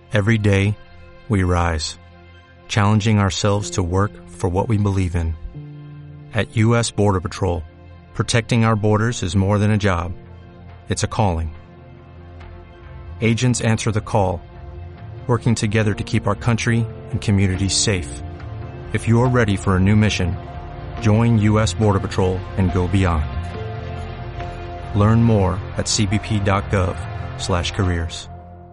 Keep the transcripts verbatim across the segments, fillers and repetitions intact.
Every day, we rise, challenging ourselves to work for what we believe in. At U S Border Patrol, protecting our borders is more than a job. It's a calling. Agents answer the call, working together to keep our country and communities safe. If you're ready for a new mission, join U S Border Patrol and go beyond. Learn more at c b p dot gov slash careers.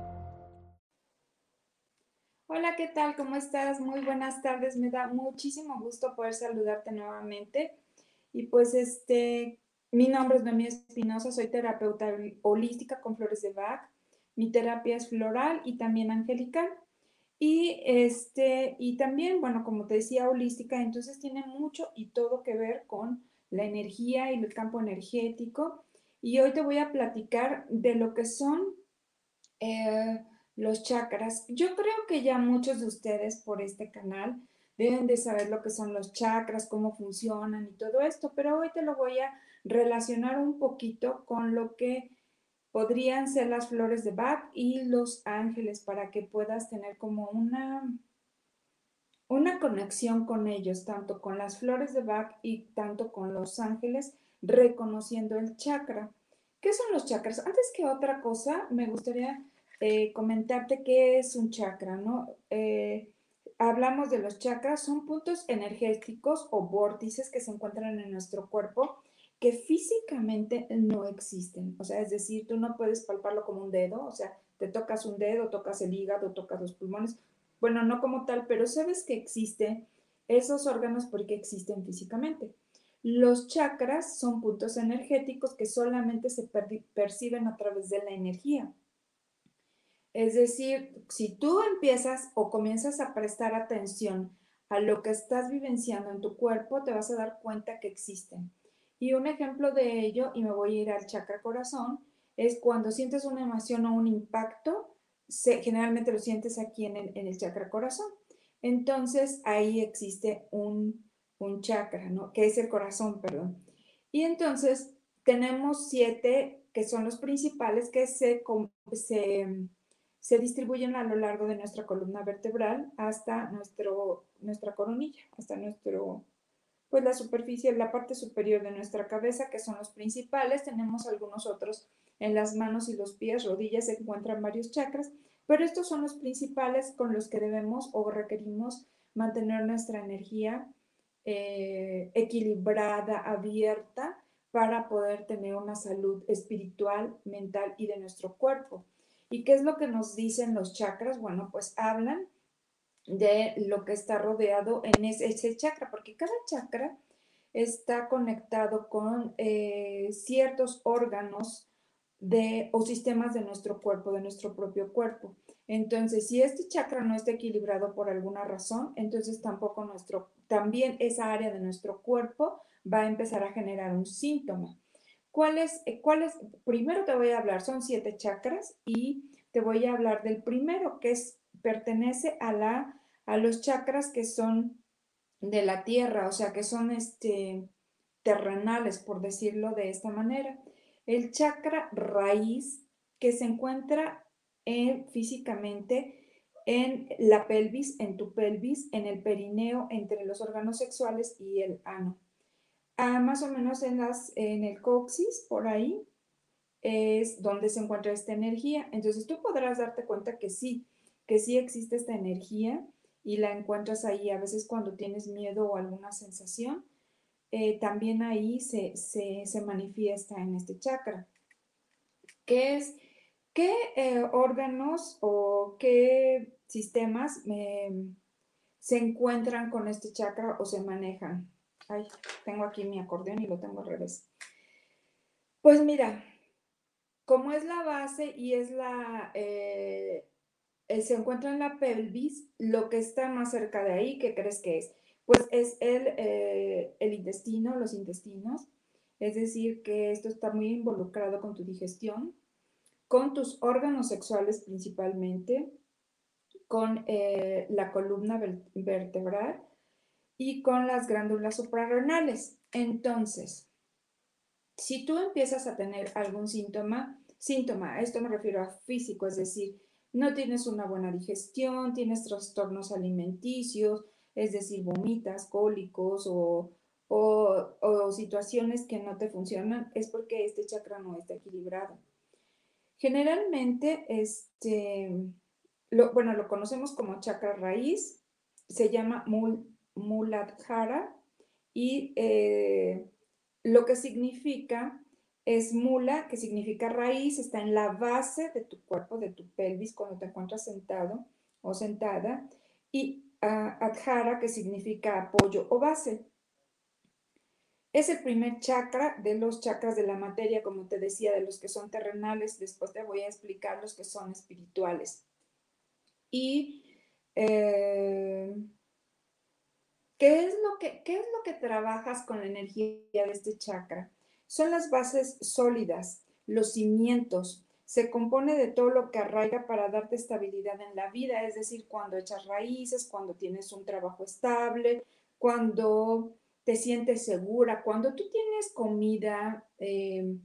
Hola, ¿qué tal? ¿Cómo estás? Muy buenas tardes. Me da muchísimo gusto poder saludarte nuevamente. Y pues este, mi nombre es Noemí Espinosa, soy terapeuta holística con flores de Bach. Mi terapia es floral y también angelical. Y este, y también, bueno, como te decía, holística, entonces tiene mucho y todo que ver con la energía y el campo energético. Y hoy te voy a platicar de lo que son eh, los chakras. Yo creo que ya muchos de ustedes por este canal deben de saber lo que son los chakras, cómo funcionan y todo esto, pero hoy te lo voy a relacionar un poquito con lo que podrían ser las flores de Bach y los ángeles para que puedas tener como una, una conexión con ellos, tanto con las flores de Bach y tanto con los ángeles, reconociendo el chakra. ¿Qué son los chakras? Antes que otra cosa, me gustaría eh, comentarte qué es un chakra, ¿no? Eh, hablamos de los chakras, son puntos energéticos o vórtices que se encuentran en nuestro cuerpo que físicamente no existen. O sea, es decir, tú no puedes palparlo como un dedo, o sea, te tocas un dedo, tocas el hígado, tocas los pulmones. Bueno, no como tal, pero sabes que existen esos órganos porque existen físicamente. Los chakras son puntos energéticos que solamente se perciben a través de la energía. Es decir, si tú empiezas o comienzas a prestar atención a lo que estás vivenciando en tu cuerpo, te vas a dar cuenta que existen. Y un ejemplo de ello, y me voy a ir al chakra corazón, es cuando sientes una emoción o un impacto, se, generalmente lo sientes aquí en el, en el chakra corazón. Entonces ahí existe un, un chakra, ¿no? Que es el corazón, perdón. Y entonces tenemos siete que son los principales que se, se se distribuyen a lo largo de nuestra columna vertebral hasta nuestro, nuestra coronilla, hasta nuestro, pues la superficie, la parte superior de nuestra cabeza, que son los principales. Tenemos algunos otros en las manos y los pies, rodillas, se encuentran varios chakras, pero estos son los principales con los que debemos o requerimos mantener nuestra energía eh, equilibrada, abierta, para poder tener una salud espiritual, mental y de nuestro cuerpo. ¿Y qué es lo que nos dicen los chakras? Bueno, pues hablan de lo que está rodeado en ese, ese chakra, porque cada chakra está conectado con eh, ciertos órganos de, o sistemas de nuestro cuerpo, de nuestro propio cuerpo. Entonces, si este chakra no está equilibrado por alguna razón, entonces tampoco nuestro, también esa área de nuestro cuerpo va a empezar a generar un síntoma. ¿Cuáles, cuáles? Primero te voy a hablar, son siete chakras y te voy a hablar del primero que es, pertenece a, la, a los chakras que son de la tierra, o sea, que son este, terrenales, por decirlo de esta manera. El chakra raíz que se encuentra en, físicamente en la pelvis, en tu pelvis, en el perineo, entre los órganos sexuales y el ano. Ah, más o menos en, las, en el coxis, por ahí, es donde se encuentra esta energía. Entonces tú podrás darte cuenta que sí, que sí existe esta energía y la encuentras ahí a veces cuando tienes miedo o alguna sensación. Eh, también ahí se, se, se, manifiesta en este chakra. ¿Qué es? ¿Qué eh, órganos o qué sistemas eh, se encuentran con este chakra o se manejan? Ay, tengo aquí mi acordeón y lo tengo al revés. Pues mira, como es la base y es la, eh, eh, se encuentra en la pelvis, lo que está más cerca de ahí, ¿qué crees que es? Pues es el, eh, el intestino, los intestinos, es decir, que esto está muy involucrado con tu digestión, con tus órganos sexuales principalmente, con eh, la columna vertebral y con las glándulas suprarrenales. Entonces, si tú empiezas a tener algún síntoma, síntoma, a esto me refiero a físico, es decir, no tienes una buena digestión, tienes trastornos alimenticios, es decir, vomitas, cólicos o, o, o situaciones que no te funcionan, es porque este chakra no está equilibrado. Generalmente, este, lo, bueno, lo conocemos como chakra raíz, se llama Mul, Muladhara y eh, lo que significa es mula, que significa raíz, está en la base de tu cuerpo, de tu pelvis, cuando te encuentras sentado o sentada, y uh, adhara, que significa apoyo o base. Es el primer chakra de los chakras de la materia, como te decía, de los que son terrenales. Después te voy a explicar los que son espirituales. Y eh, ¿qué es lo que, qué es lo que trabajas con la energía de este chakra? Son las bases sólidas, los cimientos. Se compone de todo lo que arraiga para darte estabilidad en la vida, es decir, cuando echas raíces, cuando tienes un trabajo estable, cuando te sientes segura, cuando tú tienes comida, eh,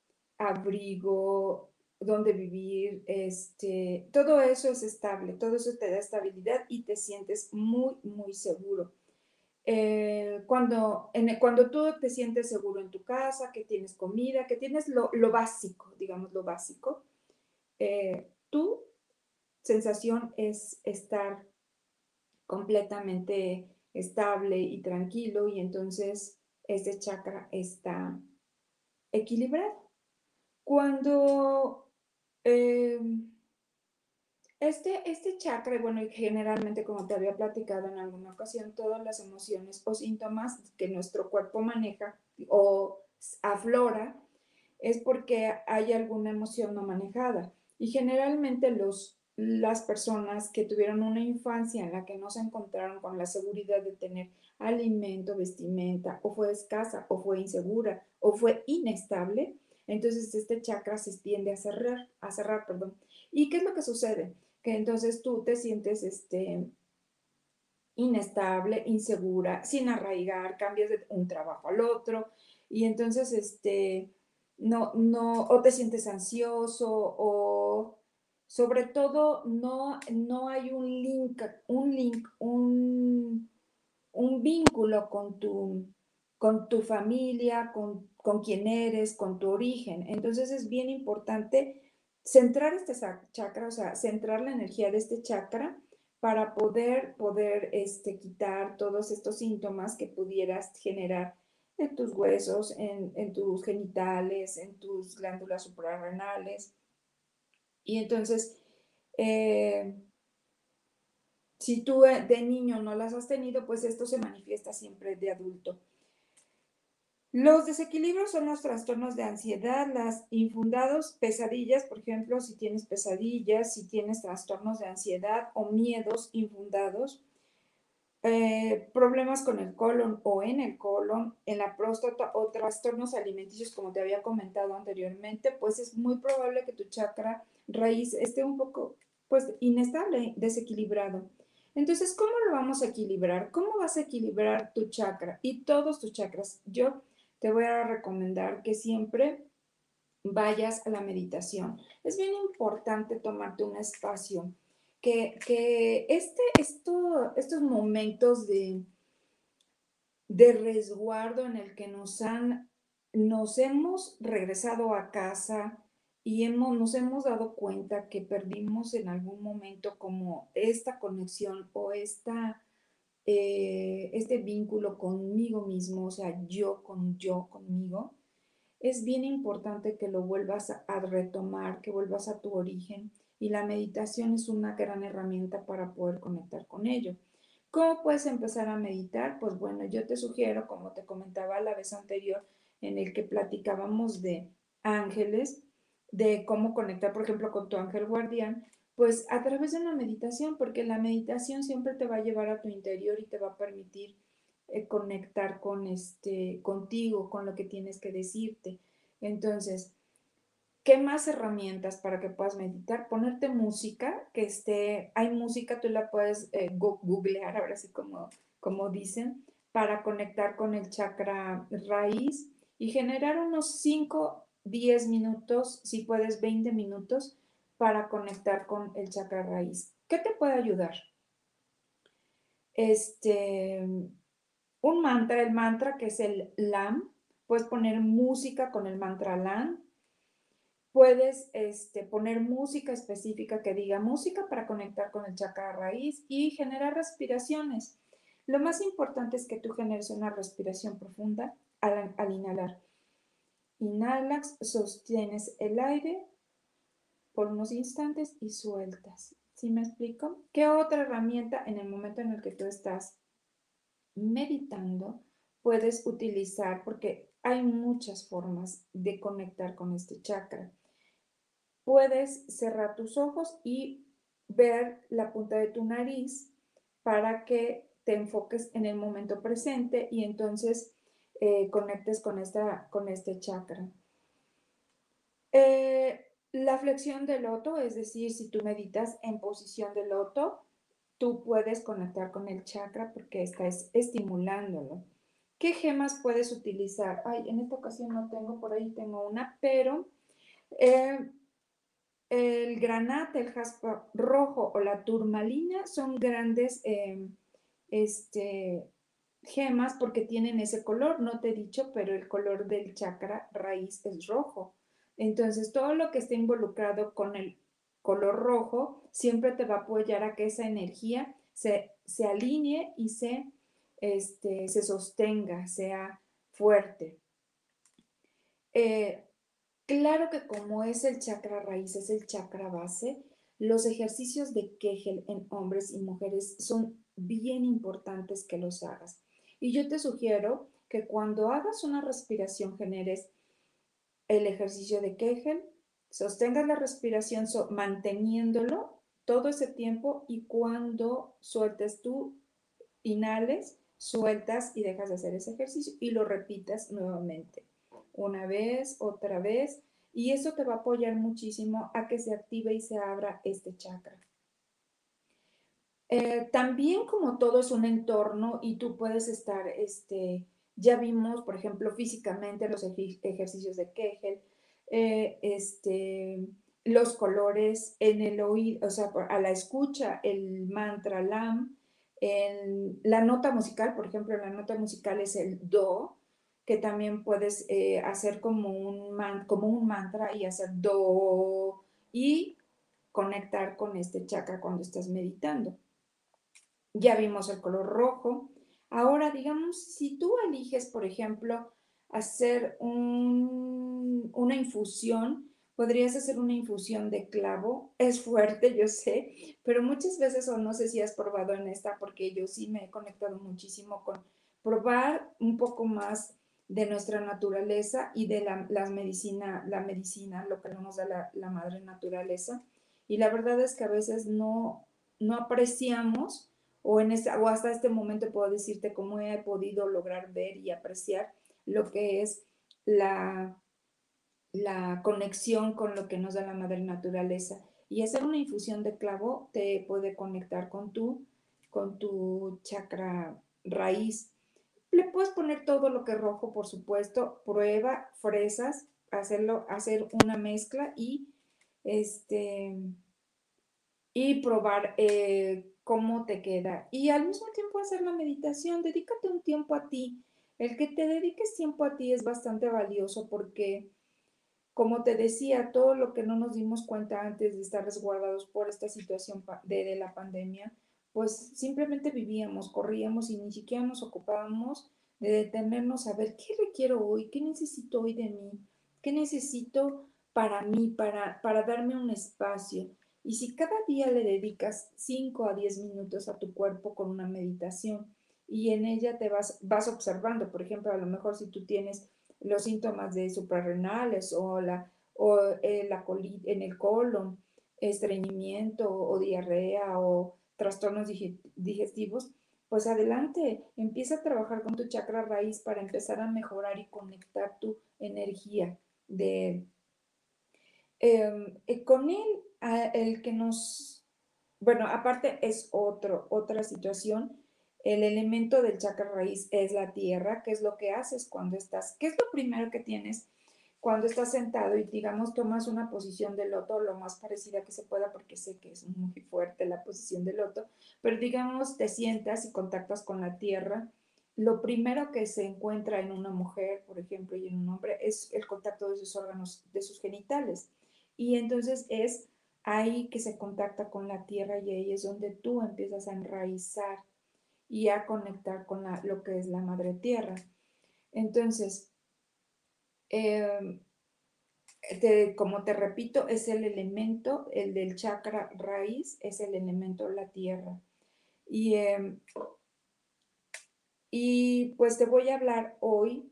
abrigo, donde vivir, este, todo eso es estable, todo eso te da estabilidad y te sientes muy, muy seguro. Eh, cuando, en, cuando tú te sientes seguro en tu casa, que tienes comida, que tienes lo, lo básico, digamos lo básico, eh, tu sensación es estar completamente estable y tranquilo y entonces este chakra está equilibrado. Cuando eh, este, este chakra, bueno, y generalmente como te había platicado en alguna ocasión, todas las emociones o síntomas que nuestro cuerpo maneja o aflora es porque hay alguna emoción no manejada. Y generalmente los, las personas que tuvieron una infancia en la que no se encontraron con la seguridad de tener alimento, vestimenta, o fue escasa, o fue insegura, o fue inestable, entonces este chakra se tiende a cerrar, a cerrar, perdón. ¿Y qué es lo que sucede? Que entonces tú te sientes este, inestable, insegura, sin arraigar, cambias de un trabajo al otro y entonces este, no, no, o te sientes ansioso o sobre todo no, no hay un link, un link, un, un vínculo con tu, con tu familia, con, con quién eres, con tu origen. Entonces es bien importante centrar este chakra, o sea, centrar la energía de este chakra para poder, poder este, quitar todos estos síntomas que pudieras generar en tus huesos, en, en tus genitales, en tus glándulas suprarrenales. Y entonces, eh, si tú de niño no las has tenido, pues esto se manifiesta siempre de adulto. Los desequilibrios son los trastornos de ansiedad, las infundados, pesadillas, por ejemplo, si tienes pesadillas, si tienes trastornos de ansiedad o miedos infundados, eh, problemas con el colon o en el colon, en la próstata o trastornos alimenticios, como te había comentado anteriormente, pues es muy probable que tu chakra raíz esté un poco, pues, inestable, desequilibrado. Entonces, ¿cómo lo vamos a equilibrar? ¿Cómo vas a equilibrar tu chakra y todos tus chakras? Yo te voy a recomendar que siempre vayas a la meditación. Es bien importante tomarte un espacio, que, que este, esto, estos momentos de, de resguardo en el que nos han, nos hemos regresado a casa y hemos, nos hemos dado cuenta que perdimos en algún momento como esta conexión o esta eh, este vínculo conmigo mismo, o sea, yo con yo, conmigo, es bien importante que lo vuelvas a, a retomar, que vuelvas a tu origen y la meditación es una gran herramienta para poder conectar con ello. ¿Cómo puedes empezar a meditar? Pues bueno, yo te sugiero, como te comentaba la vez anterior, en el que platicábamos de ángeles, de cómo conectar, por ejemplo, con tu ángel guardián, pues a través de una meditación, porque la meditación siempre te va a llevar a tu interior y te va a permitir eh, conectar con este, contigo, con lo que tienes que decirte. Entonces, ¿qué más herramientas para que puedas meditar? Ponerte música, que esté, hay música, tú la puedes eh, googlear, ahora sí como, como dicen, para conectar con el chakra raíz y generar unos cinco, diez minutos, si puedes veinte minutos, para conectar con el chakra raíz. ¿Qué te puede ayudar? Este, un mantra, el mantra que es el LAM, puedes poner música con el mantra LAM, puedes este, poner música específica que diga música para conectar con el chakra raíz y generar respiraciones. Lo más importante es que tú generes una respiración profunda al, al inhalar. Inhalas, sostienes el aire por unos instantes y sueltas. ¿Sí me explico? ¿Qué otra herramienta en el momento en el que tú estás meditando puedes utilizar? Porque hay muchas formas de conectar con este chakra. Puedes cerrar tus ojos y ver la punta de tu nariz para que te enfoques en el momento presente y entonces eh, conectes con, esta, con este chakra. Eh, la flexión del loto, es decir, si tú meditas en posición de loto, tú puedes conectar con el chakra porque estás estimulándolo. ¿Qué gemas puedes utilizar? Ay, en esta ocasión no tengo, por ahí tengo una, pero eh, el granate, el jaspe rojo o la turmalina son grandes eh, este, gemas porque tienen ese color. No te he dicho, pero el color del chakra raíz es rojo. Entonces, todo lo que esté involucrado con el color rojo siempre te va a apoyar a que esa energía se, se alinee y se, este, se sostenga, sea fuerte. Eh, Claro que como es el chakra raíz, es el chakra base, los ejercicios de Kegel en hombres y mujeres son bien importantes que los hagas. Y yo te sugiero que cuando hagas una respiración generes el ejercicio de Kegel, sostengas la respiración so manteniéndolo todo ese tiempo y cuando sueltes tú, inhales, sueltas y dejas de hacer ese ejercicio y lo repitas nuevamente. Una vez, otra vez, y eso te va a apoyar muchísimo a que se active y se abra este chakra. Eh, también como todo es un entorno y tú puedes estar, este, ya vimos, por ejemplo, físicamente los ej ejercicios de Kegel, eh, este, los colores en el oído, o sea, a la escucha, el mantra LAM, el, la nota musical, por ejemplo, la nota musical es el Do, que también puedes eh, hacer como un, man, como un mantra y hacer Do y conectar con este chakra cuando estás meditando. Ya vimos el color rojo. Ahora, digamos, si tú eliges, por ejemplo, hacer un, una infusión, podrías hacer una infusión de clavo. Es fuerte, yo sé, pero muchas veces, o no sé si has probado en esta, porque yo sí me he conectado muchísimo con probar un poco más de nuestra naturaleza y de la, la medicina, la medicina, lo que nos da la, la madre naturaleza. Y la verdad es que a veces no, no apreciamos o, en este, o hasta este momento puedo decirte cómo he podido lograr ver y apreciar lo que es la, la conexión con lo que nos da la madre naturaleza. Y hacer una infusión de clavo te puede conectar con tu, con tu chakra raíz. Le puedes poner todo lo que es rojo, por supuesto, prueba, fresas, hacerlo, hacer una mezcla y este y probar eh, cómo te queda. Y al mismo tiempo hacer la meditación, dedícate un tiempo a ti. El que te dediques tiempo a ti es bastante valioso porque, como te decía, todo lo que no nos dimos cuenta antes de estar resguardados por esta situación de, de la pandemia, pues simplemente vivíamos, corríamos y ni siquiera nos ocupábamos de detenernos a ver qué requiero hoy, qué necesito hoy de mí, qué necesito para mí, para, para darme un espacio. Y si cada día le dedicas cinco a diez minutos a tu cuerpo con una meditación y en ella te vas, vas observando, por ejemplo, a lo mejor si tú tienes los síntomas de suprarrenales o, la, o eh, la coli, en el colon, estreñimiento o diarrea o trastornos digestivos, pues adelante, empieza a trabajar con tu chakra raíz para empezar a mejorar y conectar tu energía de eh, con él, a, el que nos, bueno, aparte es otro, otra situación. El elemento del chakra raíz es la tierra. ¿Qué es lo que haces cuando estás? ¿Qué es lo primero que tienes cuando estás sentado y digamos tomas una posición de loto lo más parecida que se pueda, porque sé que es muy fuerte la posición de loto, pero digamos te sientas y contactas con la tierra, lo primero que se encuentra en una mujer, por ejemplo, y en un hombre es el contacto de sus órganos, de sus genitales. Y entonces es ahí que se contacta con la tierra y ahí es donde tú empiezas a enraizar y a conectar con la, lo que es la madre tierra. Entonces, eh, te, como te repito, es el elemento, el del chakra raíz, es el elemento la tierra. Y, eh, y pues te voy a hablar hoy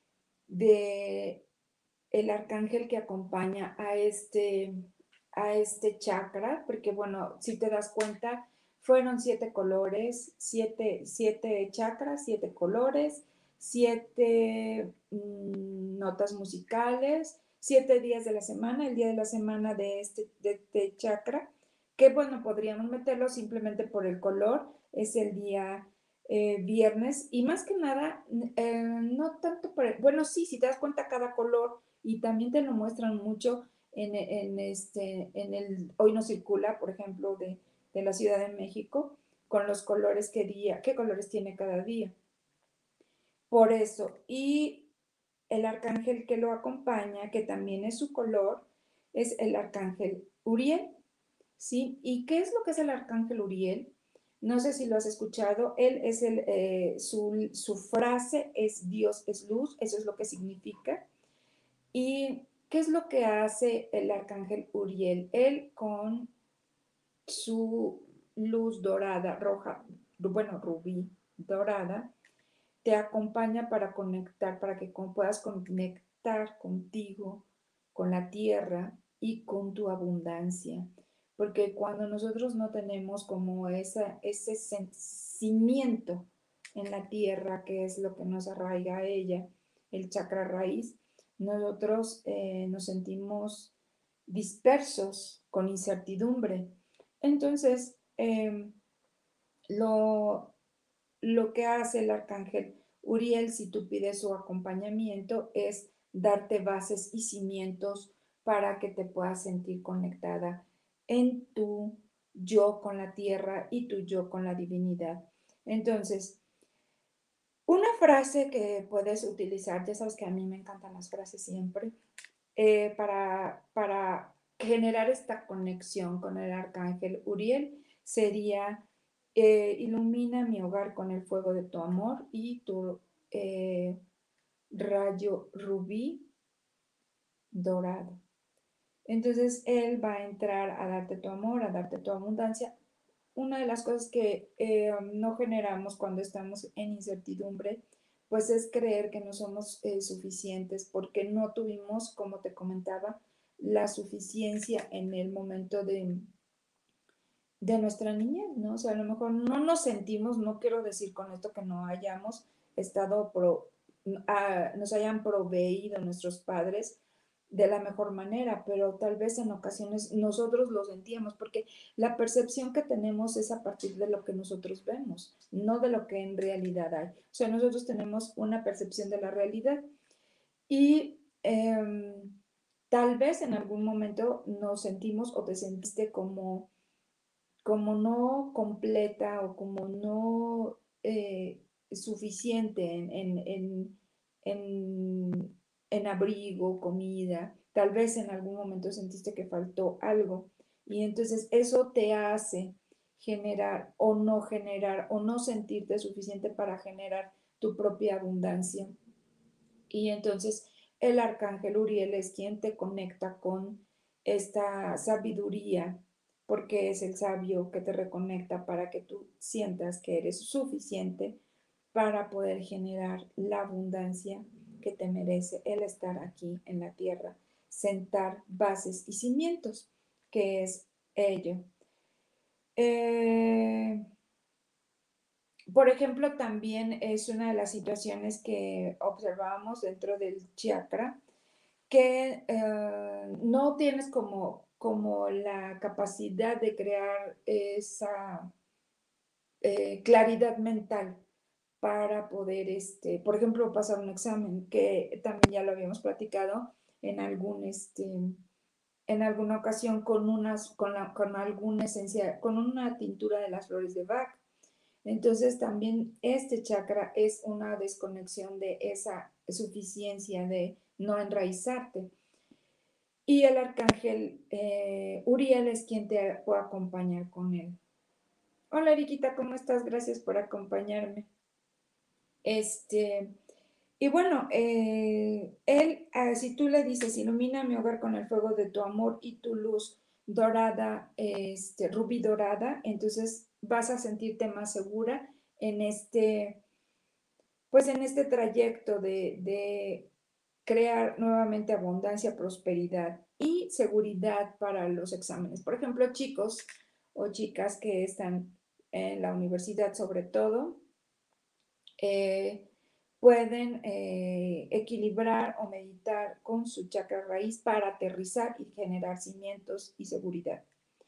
de el arcángel que acompaña a este, a este chakra, porque bueno, si te das cuenta, fueron siete colores, siete, siete chakras, siete colores, siete mmm, notas musicales, siete días de la semana, el día de la semana de este, de este chakra, que bueno, podríamos meterlo simplemente por el color, es el día eh, viernes, y más que nada, eh, no tanto por el, bueno, sí, si te das cuenta, cada color, y también te lo muestran mucho en, en, este, en el Hoy No Circula, por ejemplo, de, de la Ciudad de México, con los colores que día, qué colores tiene cada día. Por eso, y el arcángel que lo acompaña, que también es su color, es el arcángel Uriel, ¿sí? ¿Y qué es lo que es el arcángel Uriel? No sé si lo has escuchado, él es el, eh, su, su frase es Dios es luz, eso es lo que significa. ¿Y qué es lo que hace el arcángel Uriel? Él con su luz dorada, roja, bueno, rubí dorada, te acompaña para conectar, para que puedas conectar contigo, con la tierra y con tu abundancia. Porque cuando nosotros no tenemos como esa, ese cimiento en la tierra, que es lo que nos arraiga a ella, el chakra raíz, nosotros eh, nos sentimos dispersos, con incertidumbre. Entonces, eh, lo, lo que hace el arcángel Uriel, si tú pides su acompañamiento, es darte bases y cimientos para que te puedas sentir conectada en tu yo con la tierra y tu yo con la divinidad. Entonces, una frase que puedes utilizar, ya sabes que a mí me encantan las frases siempre, eh, para, para generar esta conexión con el arcángel Uriel sería, eh, ilumina mi hogar con el fuego de tu amor y tu eh, rayo rubí dorado. Entonces él va a entrar a darte tu amor, a darte tu abundancia. Una de las cosas que eh, no generamos cuando estamos en incertidumbre, pues es creer que no somos eh, suficientes porque no tuvimos, como te comentaba, la suficiencia en el momento de, de nuestra niñez, ¿no? O sea, a lo mejor no nos sentimos, no quiero decir con esto que no hayamos estado, pro, a, nos hayan proveído nuestros padres de la mejor manera, pero tal vez en ocasiones nosotros lo sentíamos, porque la percepción que tenemos es a partir de lo que nosotros vemos, no de lo que en realidad hay. O sea, nosotros tenemos una percepción de la realidad y eh, tal vez en algún momento nos sentimos o te sentiste como como no completa o como no eh, suficiente en, en, en, en, en abrigo, comida, tal vez en algún momento sentiste que faltó algo y entonces eso te hace generar o no generar o no sentirte suficiente para generar tu propia abundancia. Y entonces el arcángel Uriel es quien te conecta con esta sabiduría, porque es el sabio que te reconecta para que tú sientas que eres suficiente para poder generar la abundancia que te merece el estar aquí en la tierra, sentar bases y cimientos, que es ello. Eh, por ejemplo, también es una de las situaciones que observábamos dentro del chakra, que eh, no tienes como, como la capacidad de crear esa eh, claridad mental para poder, este, por ejemplo, pasar un examen, que también ya lo habíamos platicado en algún, este, en alguna ocasión con, unas, con, la, con alguna esencia, con una tintura de las flores de Bach. Entonces también este chakra es una desconexión de esa suficiencia de no enraizarte. Y el arcángel eh, Uriel es quien te puede acompañar con él. Hola Eriquita, ¿cómo estás? Gracias por acompañarme. Este, y bueno, eh, él, eh, si tú le dices, ilumina mi hogar con el fuego de tu amor y tu luz dorada, este, rubí dorada, entonces vas a sentirte más segura en este, pues en este trayecto de, de crear nuevamente abundancia, prosperidad y seguridad para los exámenes. Por ejemplo, chicos o chicas que están en la universidad sobre todo, eh, pueden eh, equilibrar o meditar con su chakra raíz para aterrizar y generar cimientos y seguridad.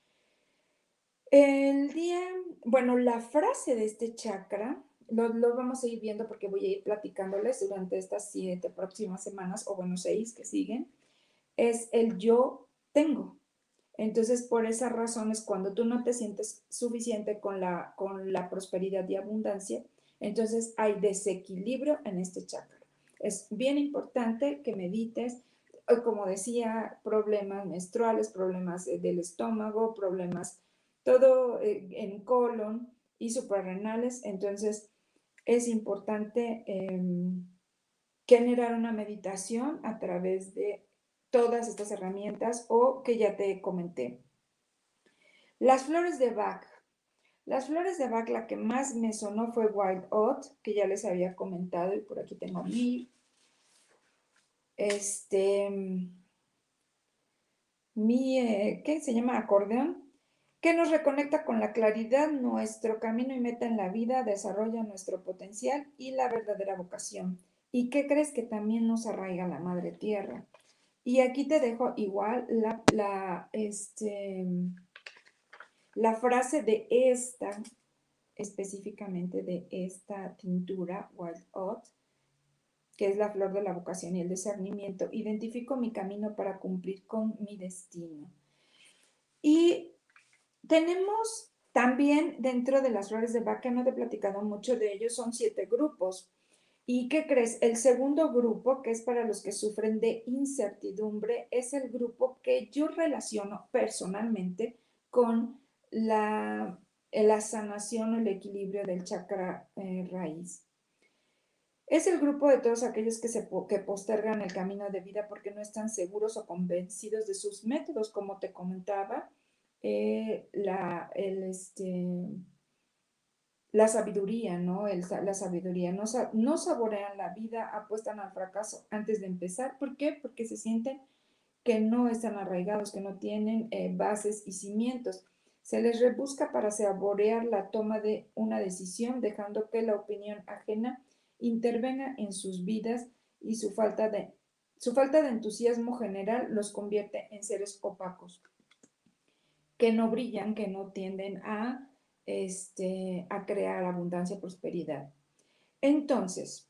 El día, bueno, la frase de este chakra, lo, lo vamos a ir viendo porque voy a ir platicándoles durante estas siete próximas semanas, o bueno, seis que siguen, es el yo tengo. Entonces, por esas razones, cuando tú no te sientes suficiente con la, con la prosperidad y abundancia, entonces hay desequilibrio en este chakra. Es bien importante que medites, como decía, problemas menstruales, problemas del estómago, problemas, todo en colon y suprarrenales. Entonces, es importante eh, generar una meditación a través de todas estas herramientas o que ya te comenté. Las flores de Bach. Las flores de Bach, la que más me sonó fue Wild Oat, que ya les había comentado, y por aquí tengo mi, este, mi, eh, ¿qué se llama? Acordeón, que nos reconecta con la claridad, nuestro camino y meta en la vida, desarrolla nuestro potencial y la verdadera vocación. ¿Y qué crees? Que también nos arraiga la madre tierra. Y aquí te dejo igual la, la, este, la frase de esta, específicamente de esta tintura, Wild Oat, que es la flor de la vocación y el discernimiento. Identifico mi camino para cumplir con mi destino. Y tenemos también dentro de las flores de Bach, que no te he platicado mucho de ellos, son siete grupos. ¿Y qué crees? El segundo grupo, que es para los que sufren de incertidumbre, es el grupo que yo relaciono personalmente con la, la sanación o el equilibrio del chakra eh, raíz. Es el grupo de todos aquellos que, se, que postergan el camino de vida porque no están seguros o convencidos de sus métodos, como te comentaba, eh, la, el, este, la sabiduría, ¿no? El, la sabiduría, no, no saborean la vida, apuestan al fracaso antes de empezar. ¿Por qué? Porque se sienten que no están arraigados, que no tienen eh, bases y cimientos. Se les rebusca para saborear la toma de una decisión, dejando que la opinión ajena intervenga en sus vidas y su falta de, su falta de entusiasmo general los convierte en seres opacos, que no brillan, que no tienden a, este, a crear abundancia y prosperidad. Entonces,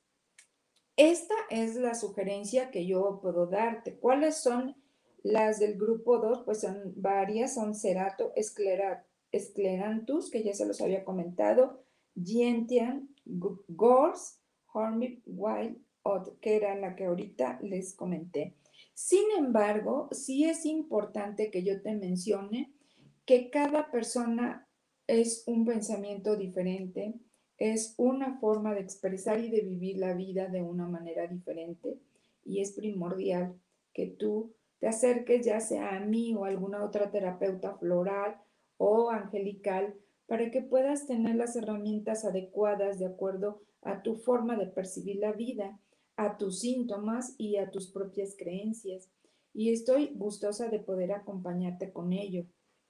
esta es la sugerencia que yo puedo darte. ¿Cuáles son las del grupo dos? Pues son varias, son Cerato, Esclera, Escleranthus, que ya se los había comentado, Gentian, Gorse, Hornbeam, Wild Oat, que era la que ahorita les comenté. Sin embargo, sí es importante que yo te mencione que cada persona es un pensamiento diferente, es una forma de expresar y de vivir la vida de una manera diferente, y es primordial que tú te acerques ya sea a mí o a alguna otra terapeuta floral o angelical para que puedas tener las herramientas adecuadas de acuerdo a tu forma de percibir la vida, a tus síntomas y a tus propias creencias. Y estoy gustosa de poder acompañarte con ello.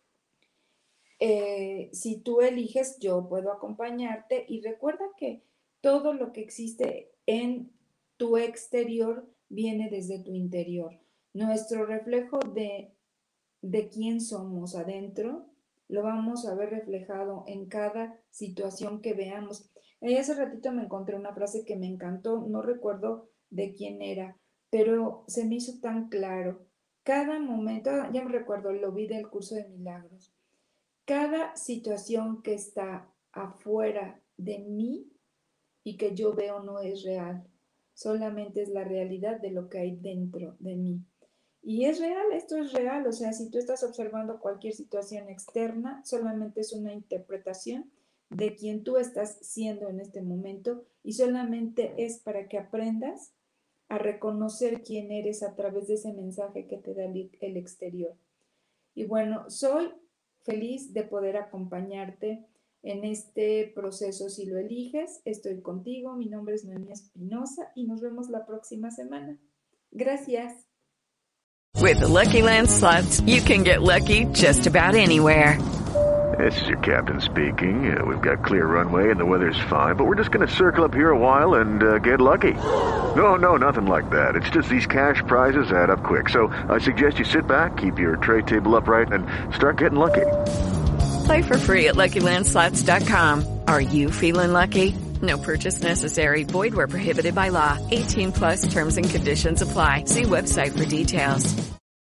Eh, si tú eliges, yo puedo acompañarte, y recuerda que todo lo que existe en tu exterior viene desde tu interior. Nuestro reflejo de, de quién somos adentro lo vamos a ver reflejado en cada situación que veamos. Eh, hace ratito me encontré una frase que me encantó, no recuerdo de quién era, pero se me hizo tan claro. Cada momento, ya me recuerdo, lo vi del curso de milagros. Cada situación que está afuera de mí y que yo veo no es real, solamente es la realidad de lo que hay dentro de mí. Y es real, esto es real, o sea, si tú estás observando cualquier situación externa, solamente es una interpretación de quien tú estás siendo en este momento y solamente es para que aprendas a reconocer quién eres a través de ese mensaje que te da el exterior. Y bueno, soy feliz de poder acompañarte en este proceso si lo eliges. Estoy contigo, mi nombre es Noemí Espinosa y nos vemos la próxima semana. Gracias. With the Lucky Land Slots, you can get lucky just about anywhere. This is your captain speaking. Uh, we've got clear runway and the weather's fine, but we're just going to circle up here a while and uh, get lucky. No, no, nothing like that. It's just these cash prizes add up quick. So I suggest you sit back, keep your tray table upright, and start getting lucky. Play for free at Lucky Land Slots dot com. Are you feeling lucky? No purchase necessary. Void where prohibited by law. eighteen plus terms and conditions apply. See website for details.